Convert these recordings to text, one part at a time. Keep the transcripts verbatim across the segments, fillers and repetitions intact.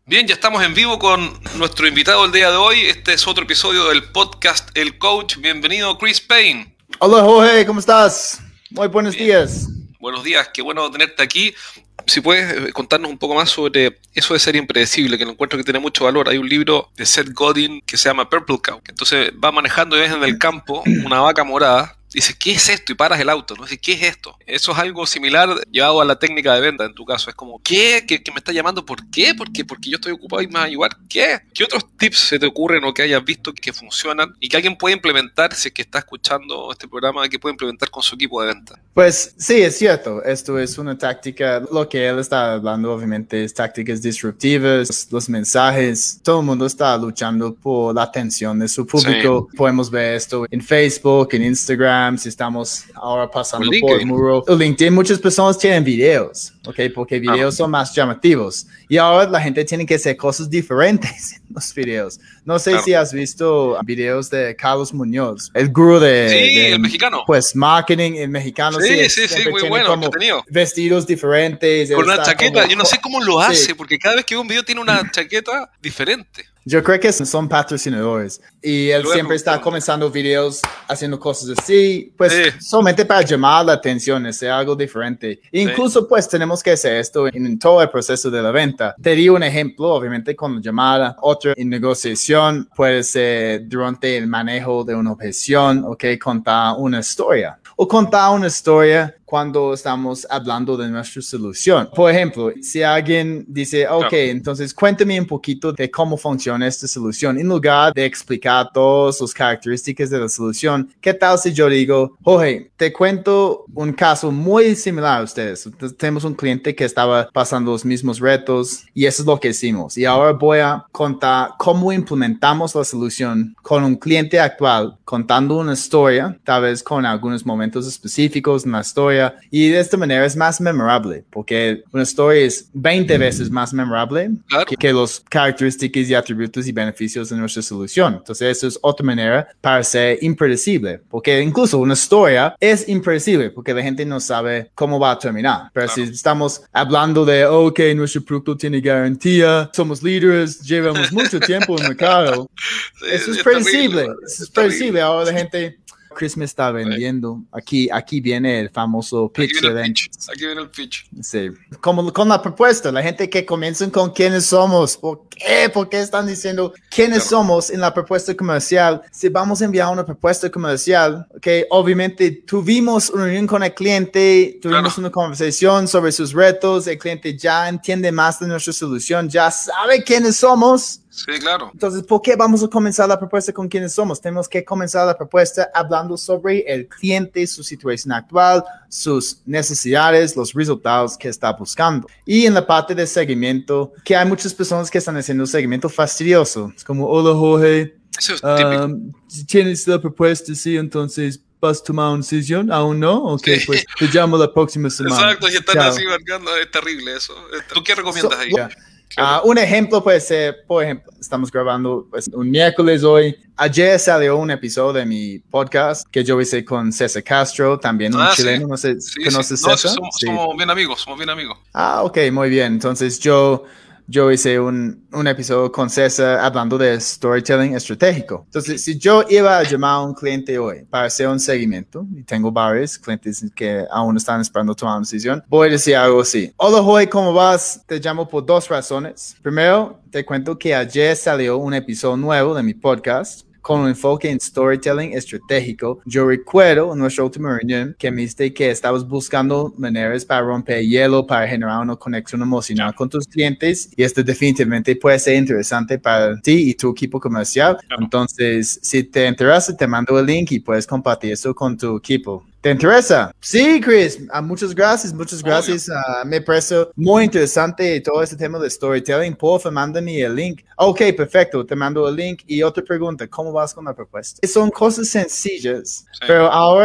Bien, ya estamos en vivo con nuestro invitado el día de hoy. Este es otro episodio del podcast El Coach. Bienvenido, Chris Payne. Hola, Jorge, ¿cómo estás? Muy buenos Bien. días. Buenos días, qué bueno tenerte aquí. Si puedes contarnos un poco más sobre eso de ser impredecible, que lo encuentro que tiene mucho valor. Hay un libro de Seth Godin que se llama Purple Cow, que entonces va manejando y ves en el campo una vaca morada. Dices, ¿qué es esto? Y paras el auto, ¿no? Dices, ¿qué es esto? Eso es algo similar llevado a la técnica de venta, en tu caso. Es como, ¿qué? ¿Qué, qué me está llamando? ¿Por qué? ¿Por qué? Porque yo estoy ocupado y me va a ayudar. ¿Qué? ¿Qué otros tips se te ocurren o que hayas visto que funcionan y que alguien puede implementar, si es que está escuchando este programa, que puede implementar con su equipo de venta? Pues sí, es cierto. Esto es una táctica. Lo que él está hablando, obviamente, es tácticas disruptivas, los mensajes. Todo el mundo está luchando por la atención de su público. Sí. Podemos ver esto en Facebook, en Instagram. Si estamos ahora pasando por el muro. LinkedIn, muchas personas tienen videos, ¿ok? Porque videos ah. son más llamativos. Y ahora la gente tiene que hacer cosas diferentes en los videos. No sé claro. si has visto videos de Carlos Muñoz, el gurú de... Sí, de, el mexicano. Pues marketing, el mexicano. Sí, sí, sí, sí muy bueno, entretenido. Vestidos diferentes. Con una chaqueta, como, yo no sé cómo lo hace, sí. porque cada vez que veo un video tiene una chaqueta diferente. Yo creo que son patrocinadores y él Luego, siempre está comenzando videos haciendo cosas así, pues sí. solamente para llamar la atención, hacer algo diferente. Sí. Incluso pues tenemos que hacer esto en, en todo el proceso de la venta. Te di un ejemplo, obviamente con la llamada, otro en negociación, puede ser durante el manejo de una objeción, ok, contar una historia. O contar una historia cuando estamos hablando de nuestra solución. Por ejemplo, si alguien dice, ok, claro. entonces cuéntame un poquito de cómo funciona esta solución. En lugar de explicar todas las características de la solución, ¿qué tal si yo digo, Jorge, te cuento un caso muy similar a ustedes? Entonces, tenemos un cliente que estaba pasando los mismos retos y eso es lo que hicimos. Y ahora voy a contar cómo implementamos la solución con un cliente actual, contando una historia, tal vez con algunos momentos específicos en la historia. Y de esta manera es más memorable, porque una historia es veinte veces más memorable claro. que, que las características y atributos y beneficios de nuestra solución. Entonces, eso es otra manera para ser impredecible, porque incluso una historia es impredecible, porque la gente no sabe cómo va a terminar. Pero claro. si estamos hablando de, ok, nuestro producto tiene garantía, somos líderes, llevamos mucho tiempo en el mercado, sí, eso es, es predecible. Terrible, eso es predecible. Ahora la gente... Chris me está vendiendo. Aquí, aquí viene el famoso pitch. Aquí viene el pitch. Aquí viene el pitch. Sí. Como con la propuesta, la gente que comienzan con quiénes somos. ¿Por qué? ¿Por qué están diciendo quiénes claro. somos en la propuesta comercial? Si vamos a enviar una propuesta comercial, que obviamente tuvimos una reunión con el cliente, tuvimos claro. una conversación sobre sus retos, el cliente ya entiende más de nuestra solución, ya sabe quiénes somos. Sí, claro. Entonces, ¿por qué vamos a comenzar la propuesta con quiénes somos? Tenemos que comenzar la propuesta hablando sobre el cliente, su situación actual, sus necesidades, los resultados que está buscando. Y en la parte de seguimiento, que hay muchas personas que están haciendo seguimiento fastidioso. Es como, hola Jorge, eso es típico. Um, ¿tienes la propuesta? Sí, entonces... ¿vas a tomar una decisión? ¿Aún no? Ok, sí. Pues te llamo la próxima semana. Exacto, y están Chao. así marcando, es terrible eso. ¿Tú qué recomiendas so, ahí? Yeah. Claro. Uh, un ejemplo puede ser, por ejemplo, estamos grabando pues, un miércoles hoy. Ayer salió un episodio de mi podcast que yo hice con César Castro, también un ah, chileno, sí. no sé, sí, ¿conoces sí. No, César? Somos, sí. somos bien amigos, somos bien amigos. Ah, ok, muy bien. Entonces yo... Yo hice un, un episodio con César hablando de storytelling estratégico. Entonces, si yo iba a llamar a un cliente hoy para hacer un seguimiento, y tengo varios clientes que aún están esperando tomar una decisión, voy a decir algo así. Hola, Jorge, ¿cómo vas? Te llamo por dos razones. Primero, te cuento que ayer salió un episodio nuevo de mi podcast con un enfoque en storytelling estratégico. Yo recuerdo en nuestra última reunión que me dijiste que estabas buscando maneras para romper hielo, para generar una conexión emocional con tus clientes, y esto definitivamente puede ser interesante para ti y tu equipo comercial. Claro. Entonces, si te interesa, te mando el link y puedes compartir eso con tu equipo. ¿Te interesa? Sí, Chris. Uh, muchas gracias, muchas gracias. Uh, me parece muy interesante todo este tema de storytelling. Por favor, mándame el link. Ok, perfecto. Te mando el link. Y otra pregunta, ¿cómo vas con la propuesta? Son cosas sencillas, sí. pero ahora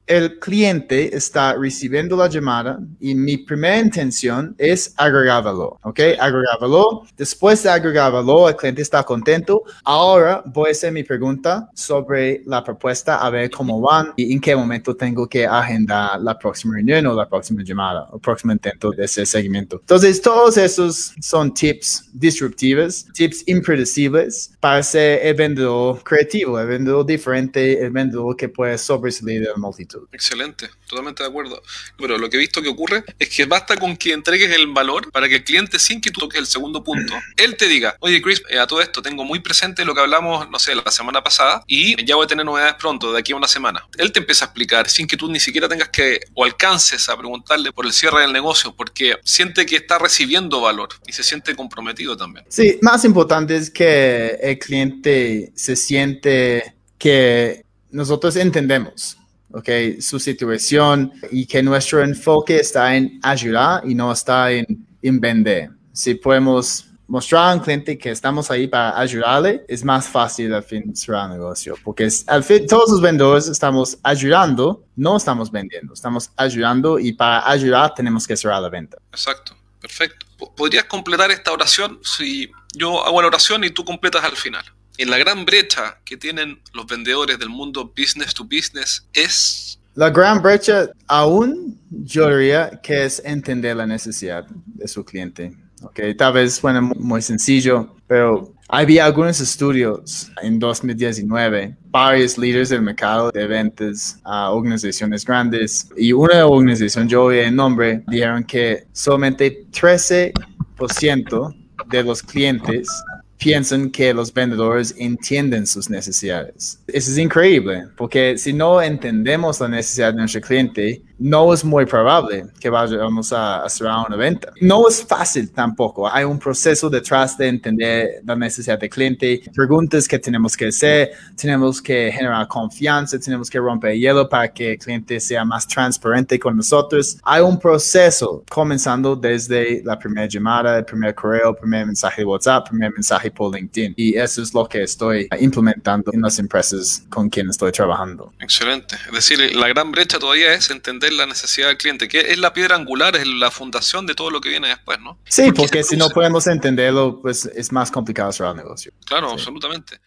el cliente está recibiendo la llamada y mi primera intención es agregar valor, ¿ok? Agregar valor. Después de agregar valor, el cliente está contento. Ahora voy a hacer mi pregunta sobre la propuesta, a ver cómo van y en qué momento tengo que agendar la próxima reunión o la próxima llamada o próximo intento de ese seguimiento. Entonces, todos esos son tips disruptivos, tips impredecibles para ser el vendedor creativo, el vendedor diferente, el vendedor que puede sobresalir de la multitud. Excelente, totalmente de acuerdo. Pero lo que he visto que ocurre es que basta con que entregues el valor para que el cliente, sin que tú toques el segundo punto, él te diga, oye Chris, eh, a todo esto tengo muy presente lo que hablamos, no sé, la semana pasada y ya voy a tener novedades pronto, de aquí a una semana. Él te empieza a explicar sin que tú ni siquiera tengas que o alcances a preguntarle por el cierre del negocio, porque siente que está recibiendo valor y se siente comprometido también. Sí, más importante es que el cliente se siente que nosotros entendemos, ¿ok? Su situación y que nuestro enfoque está en ayudar y no está en, en vender. Si podemos mostrar a un cliente que estamos ahí para ayudarle, es más fácil al fin cerrar el negocio, porque es, al fin todos los vendedores estamos ayudando, no estamos vendiendo, estamos ayudando y para ayudar tenemos que cerrar la venta. Exacto, perfecto. ¿Podrías completar esta oración? Si yo hago la oración y tú completas al final. En la gran brecha que tienen los vendedores del mundo business to business es... La gran brecha aún yo diría que es entender la necesidad de su cliente. Okay, tal vez suena muy sencillo, pero había algunos estudios en dos mil diecinueve, varios líderes del mercado de ventas a organizaciones grandes y una organización, yo oí el nombre, dijeron que solamente trece por ciento de los clientes piensan que los vendedores entienden sus necesidades. Eso es increíble, porque si no entendemos la necesidad de nuestro cliente, no es muy probable que vayamos a, a cerrar una venta. No es fácil tampoco. Hay un proceso detrás de entender la necesidad del cliente, preguntas que tenemos que hacer, tenemos que generar confianza, tenemos que romper el hielo para que el cliente sea más transparente con nosotros. Hay un proceso comenzando desde la primera llamada, el primer correo, el primer mensaje de WhatsApp, el primer mensaje por LinkedIn. Y eso es lo que estoy implementando en las empresas con quienes estoy trabajando. Excelente. Es decir, la gran brecha todavía es entender la necesidad del cliente, que es la piedra angular, es la fundación de todo lo que viene después, ¿no? Sí, porque, porque si no podemos entenderlo, pues es más complicado cerrar el negocio. Claro, sí. Absolutamente.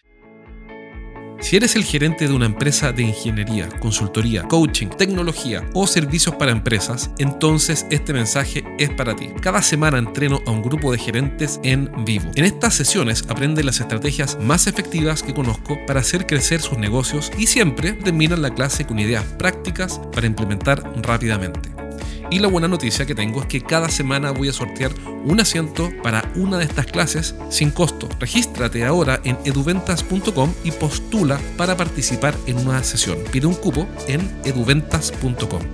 Si eres el gerente de una empresa de ingeniería, consultoría, coaching, tecnología o servicios para empresas, entonces este mensaje es para ti. Cada semana entreno a un grupo de gerentes en vivo. En estas sesiones aprenden las estrategias más efectivas que conozco para hacer crecer sus negocios y siempre terminan la clase con ideas prácticas para implementar rápidamente. Y la buena noticia que tengo es que cada semana voy a sortear un asiento para una de estas clases sin costo. Regístrate ahora en eduventas punto com y postula para participar en una sesión. Pide un cupo en eduventas punto com.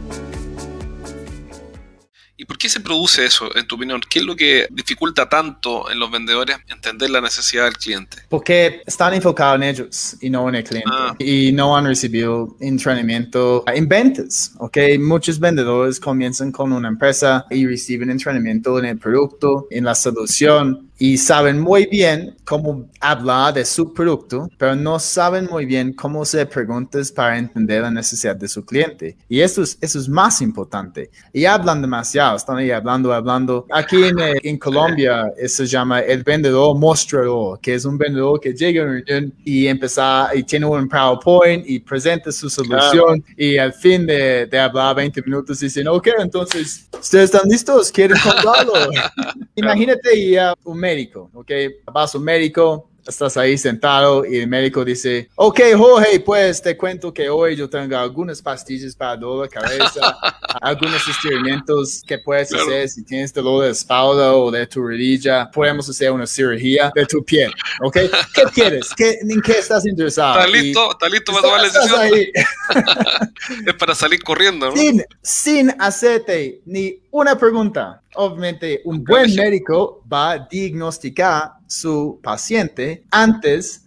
¿Y por qué se produce eso, en tu opinión? ¿Qué es lo que dificulta tanto en los vendedores entender la necesidad del cliente? Porque están enfocados en ellos y no en el cliente. Ah. Y no han recibido entrenamiento en ventas. ¿Okay? Muchos vendedores comienzan con una empresa y reciben entrenamiento en el producto, en la solución, y saben muy bien cómo hablar de su producto, pero no saben muy bien cómo hacer preguntas para entender la necesidad de su cliente. Y eso es, eso es más importante. Y hablan demasiado, están ahí hablando, hablando. Aquí en, en Colombia se llama el vendedor mostrador, que es un vendedor que llega a una reunión y empieza y tiene un PowerPoint y presenta su solución. Claro. Y al fin de, de hablar veinte minutos dicen, ok, entonces, ¿ustedes están listos? ¿Quieren comprarlo? Imagínate ya un médico, ¿ok? Vas a un médico, estás ahí sentado y el médico dice, ok, Jorge, pues te cuento que hoy yo tengo algunas pastillas para dolor de cabeza, algunos estiramientos que puedes claro. hacer si tienes dolor de espalda o de tu rodilla, podemos hacer una cirugía de tu piel, ¿ok? ¿Qué quieres? ¿Qué, ¿En qué estás interesado? ¿Estás listo? ¿Estás listo para tomar la decisión? Ahí. Es para salir corriendo, ¿no? Sin, sin hacerte ni una pregunta. Obviamente, un buen médico va a diagnosticar su paciente antes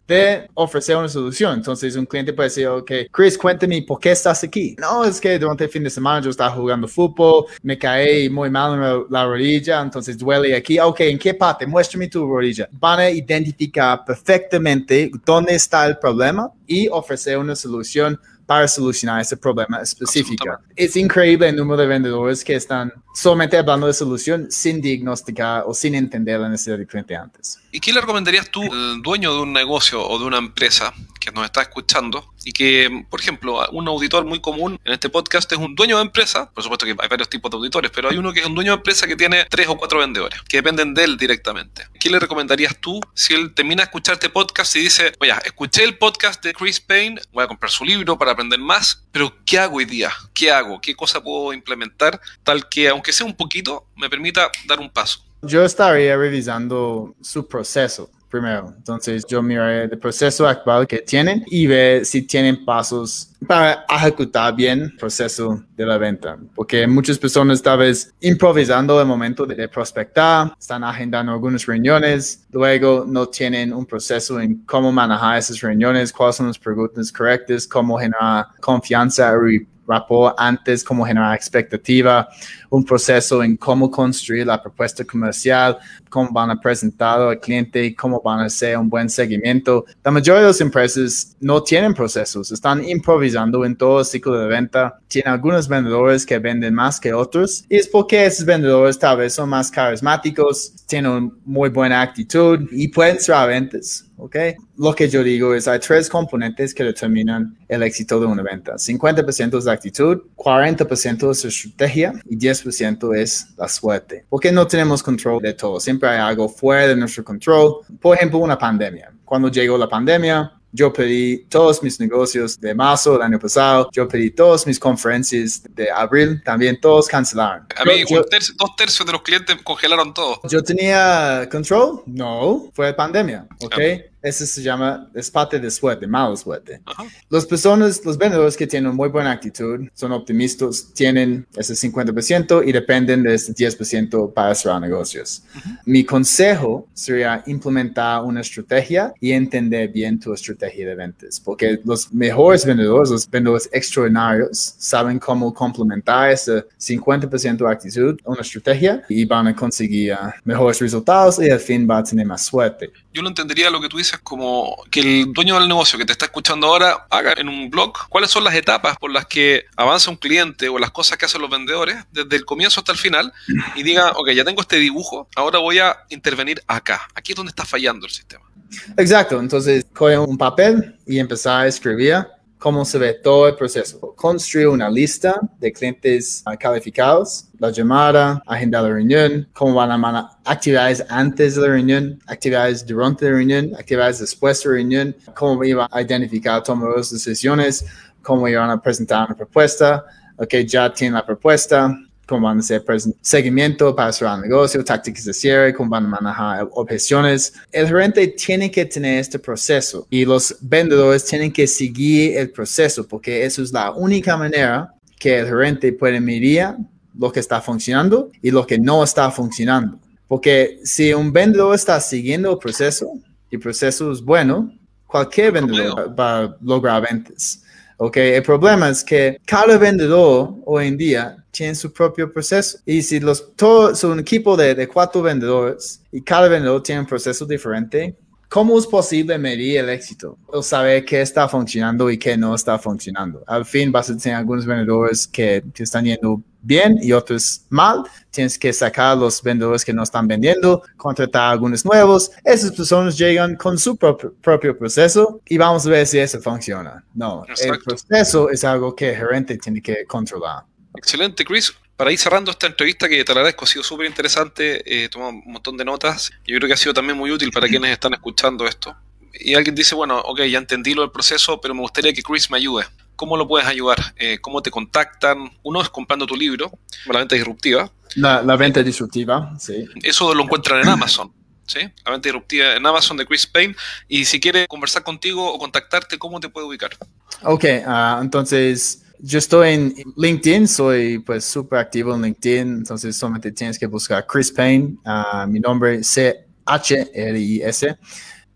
de ofrecer una solución. Entonces un cliente puede decir, ok, Chris, cuéntame por qué estás aquí. No, es que durante el fin de semana yo estaba jugando fútbol, me caí muy mal en la, la rodilla, entonces duele aquí. Ok, ¿en qué parte? Muéstrame tu rodilla. Van a identificar perfectamente dónde está el problema y ofrecer una solución para solucionar ese problema específico. Es increíble el número de vendedores que están solamente hablando de solución sin diagnosticar o sin entender la necesidad del cliente antes. ¿Y qué le recomendarías tú al dueño de un negocio o de una empresa que nos está escuchando y que, por ejemplo, un auditor muy común en este podcast es un dueño de empresa? Por supuesto que hay varios tipos de auditores, pero hay uno que es un dueño de empresa que tiene tres o cuatro vendedores que dependen de él directamente. ¿Qué le recomendarías tú si él termina de escuchar este podcast y dice, oye, escuché el podcast de Chris Payne, voy a comprar su libro para aprender más, pero ¿qué hago hoy día? ¿Qué hago? ¿Qué cosa puedo implementar tal que, aunque sea un poquito, me permita dar un paso? Yo estaría revisando su proceso primero. Entonces yo miraré el proceso actual que tienen y ver si tienen pasos para ejecutar bien el proceso de la venta. Porque muchas personas tal vez improvisando el momento de, de prospectar, están agendando algunas reuniones, luego no tienen un proceso en cómo manejar esas reuniones, cuáles son las preguntas correctas, cómo generar confianza y rapport antes, cómo generar expectativa, un proceso en cómo construir la propuesta comercial, cómo van a presentar al cliente, cómo van a hacer un buen seguimiento. La mayoría de las empresas no tienen procesos, están improvisando en todo el ciclo de venta. Tienen algunos vendedores que venden más que otros y es porque esos vendedores tal vez son más carismáticos, tienen una muy buena actitud y pueden cerrar ventas. Okay. Lo que yo digo es hay tres componentes que determinan el éxito de una venta. cincuenta por ciento es la actitud, cuarenta por ciento es la estrategia y diez por ciento es la suerte. Porque no tenemos control de todo. Siempre hay algo fuera de nuestro control. Por ejemplo, una pandemia. Cuando llegó la pandemia, yo pedí todos mis negocios de marzo del año pasado. Yo pedí todas mis conferencias de abril. También todos cancelaron. A mí, yo, tercio, dos tercios de los clientes congelaron todo. ¿Yo tenía control? No. Fue pandemia. ¿Ok? Ah. Eso se llama, es parte de suerte, mala suerte. Uh-huh. Las personas, los vendedores que tienen muy buena actitud, son optimistas, tienen ese cincuenta por ciento y dependen de ese diez por ciento para cerrar negocios. Uh-huh. Mi consejo sería implementar una estrategia y entender bien tu estrategia de ventas, porque los mejores vendedores, los vendedores extraordinarios, saben cómo complementar ese cincuenta por ciento de actitud a una estrategia y van a conseguir uh, mejores resultados y al fin va a tener más suerte. Yo no entendería lo que tú dices como que el dueño del negocio que te está escuchando ahora haga en un blog cuáles son las etapas por las que avanza un cliente o las cosas que hacen los vendedores desde el comienzo hasta el final y diga, ok, ya tengo este dibujo, ahora voy a intervenir acá. Aquí es donde está fallando el sistema. Exacto. Entonces, coge un papel y empezar a escribir cómo se ve todo el proceso. Construir una lista de clientes uh, calificados, la llamada, agendar la reunión, cómo van a manejar actividades antes de la reunión, actividades durante la reunión, actividades después de la reunión, cómo iban a identificar, tomar las decisiones, cómo iban a presentar una propuesta. Ok, ya tienen la propuesta, cómo van a hacer seguimiento para cerrar el negocio, tácticas de cierre, cómo van a manejar objeciones. El gerente tiene que tener este proceso y los vendedores tienen que seguir el proceso porque eso es la única manera que el gerente puede medir lo que está funcionando y lo que no está funcionando. Porque si un vendedor está siguiendo el proceso y el proceso es bueno, cualquier vendedor va a lograr ventas. Okay. El problema es que cada vendedor hoy en día tiene su propio proceso. Y si los todos son un equipo de, de cuatro vendedores y cada vendedor tiene un proceso diferente, ¿cómo es posible medir el éxito? O saber qué está funcionando y qué no está funcionando. Al fin vas a tener algunos vendedores que, que están yendo bien y otros mal. Tienes que sacar los vendedores que no están vendiendo, contratar algunos nuevos. Esas personas llegan con su propio, propio proceso y vamos a ver si eso funciona. No, exacto. El proceso es algo que el gerente tiene que controlar. Excelente, Chris. Para ir cerrando esta entrevista, que te la agradezco, ha sido súper interesante, eh, tomamos un montón de notas. Yo creo que ha sido también muy útil para quienes están escuchando esto. Y alguien dice, bueno, ok, ya entendí lo del proceso, pero me gustaría que Chris me ayude. ¿Cómo lo puedes ayudar? Eh, ¿Cómo te contactan? Uno es comprando tu libro, La Venta Disruptiva. La, la Venta Disruptiva, sí. Eso lo encuentran en Amazon, ¿sí? La Venta Disruptiva en Amazon de Chris Payne. Y si quiere conversar contigo o contactarte, ¿cómo te puede ubicar? Ok, uh, entonces... Yo estoy en LinkedIn, soy pues súper activo en LinkedIn, entonces solamente tienes que buscar Chris Payne, uh, mi nombre es C H R I S.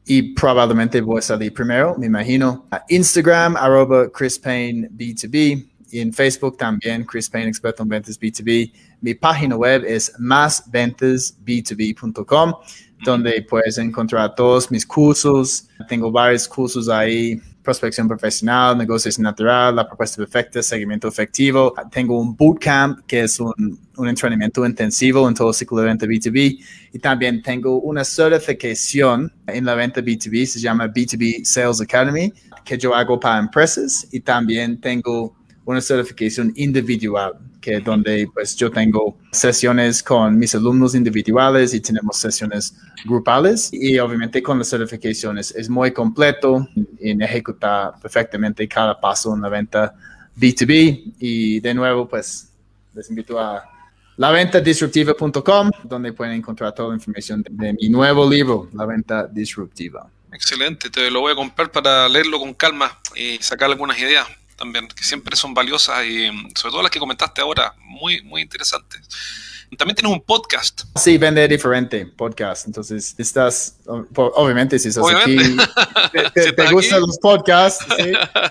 y probablemente voy a salir primero, me imagino. Uh, Instagram, arroba Chris Payne B dos B. Y en Facebook también, Chris Payne, experto en ventas B dos B. Mi página web es más ventas b dos b punto com, donde puedes encontrar todos mis cursos. Tengo varios cursos ahí: prospección profesional, negocios natural, la propuesta perfecta, seguimiento efectivo. Tengo un bootcamp que es un, un entrenamiento intensivo en todo el ciclo de venta B dos B. Y también tengo una certificación en la venta B dos B, se llama B dos B Sales Academy, que yo hago para empresas. Y también tengo una certificación individual, que donde pues yo tengo sesiones con mis alumnos individuales y tenemos sesiones grupales, y obviamente con las certificaciones es muy completo en ejecutar perfectamente cada paso en la venta B dos B. Y de nuevo pues les invito a la venta disruptiva punto com, donde pueden encontrar toda la información de, de mi nuevo libro, La Venta Disruptiva. Excelente, te lo voy a comprar para leerlo con calma y sacar algunas ideas también, que siempre son valiosas, y sobre todo las que comentaste ahora, muy, muy interesantes. También tienes un podcast. Sí, Vende Diferente podcast. Entonces, estás, obviamente, si estás obviamente. aquí, te, te, si te gustan los podcasts, ¿sí?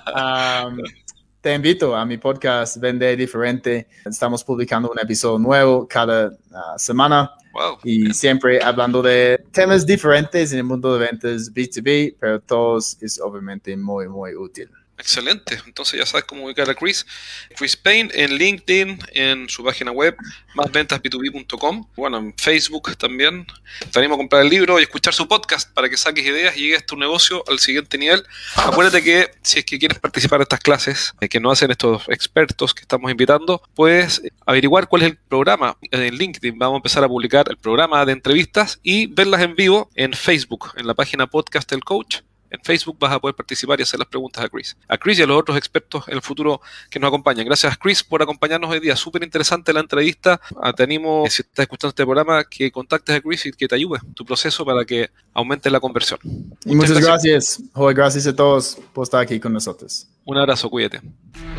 um, te invito a mi podcast Vende Diferente. Estamos publicando un episodio nuevo cada uh, semana. Wow, y bien. Siempre hablando de temas diferentes en el mundo de ventas B dos B, pero todos es obviamente muy, muy útil. Excelente, entonces ya sabes cómo ubicar a Chris. Chris Payne en LinkedIn, en su página web, más ventas b dos b punto com. Bueno, en Facebook también. Te animo a comprar el libro y escuchar su podcast para que saques ideas y llegues tu negocio al siguiente nivel. Acuérdate que si es que quieres participar en estas clases que nos hacen estos expertos que estamos invitando, puedes averiguar cuál es el programa en LinkedIn. Vamos a empezar a publicar el programa de entrevistas y verlas en vivo en Facebook, en la página Podcast El Coach. En Facebook vas a poder participar y hacer las preguntas a Chris. A Chris y a los otros expertos en el futuro que nos acompañan. Gracias, Chris, por acompañarnos hoy día. Súper interesante la entrevista. Te animo, si estás escuchando este programa, que contactes a Chris y que te ayude en tu proceso para que aumente la conversión. Muchas, Muchas gracias. gracias. Joder, gracias a todos por estar aquí con nosotros. Un abrazo, cuídate.